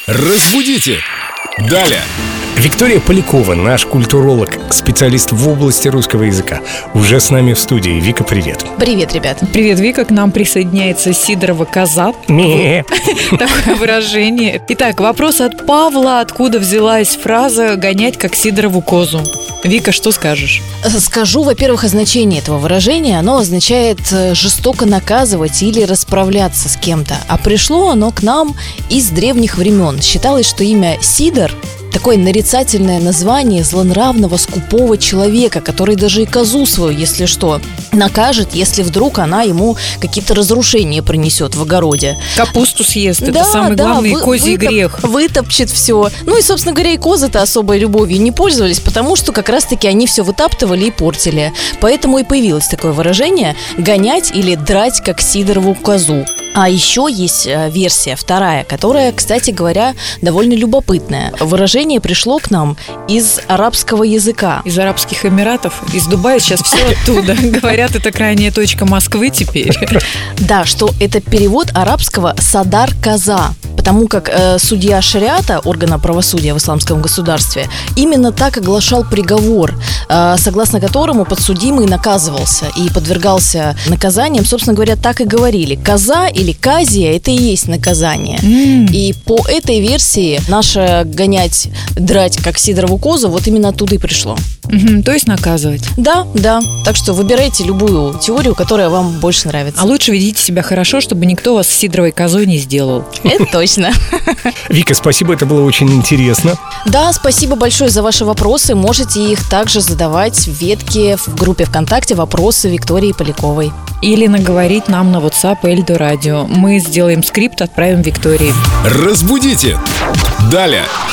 Разбудите! Далее! Виктория Полякова, наш культуролог, специалист в области русского языка, уже с нами в студии. Вика, привет. Привет, ребят. Привет, Вика, к нам присоединяется Сидорова коза. Такое выражение. Итак, вопрос от Павла. Откуда взялась фраза «гонять как Сидорову козу»? Вика, что скажешь? Скажу, во-первых, о значении этого выражения. Оно означает жестоко наказывать или расправляться с кем-то. А пришло оно к нам из древних времен. Считалось, что имя Сидор – такое нарицательное название злонравного, скупого человека, который даже и козу свою, если что, накажет, если вдруг она ему какие-то разрушения принесет в огороде. Капусту съест, это самый главный козий грех. Вытопчет все. Ну и, собственно говоря, и козы-то особой любовью не пользовались, потому что как раз-таки они все вытаптывали и портили. Поэтому и появилось такое выражение «гонять» или «драть как Сидорову козу». А еще есть версия вторая, которая, кстати говоря, довольно любопытная. Выражение пришло к нам из арабского языка. Из Арабских Эмиратов, из Дубая, сейчас все оттуда. Говорят, это крайняя точка Москвы теперь. Да, что это перевод арабского «садар коза». Потому как судья шариата, органа правосудия в исламском государстве, именно так оглашал приговор, согласно которому подсудимый наказывался и подвергался наказаниям. Собственно говоря, так и говорили. Коза или казия – это и есть наказание. И по этой версии наше гонять, драть как Сидорову козу вот именно оттуда и пришло. То есть наказывать. Да. Так что выбирайте любую теорию, которая вам больше нравится. А лучше ведите себя хорошо, чтобы никто вас Сидоровой козой не сделал. Это точно. Вика, спасибо, это было очень интересно. Да, спасибо большое за ваши вопросы. Можете их также задавать в ветке в группе ВКонтакте «Вопросы Виктории Поляковой». Или наговорить нам на WhatsApp Эльдо Радио. Мы сделаем скрипт, отправим Виктории. Разбудите! Далее!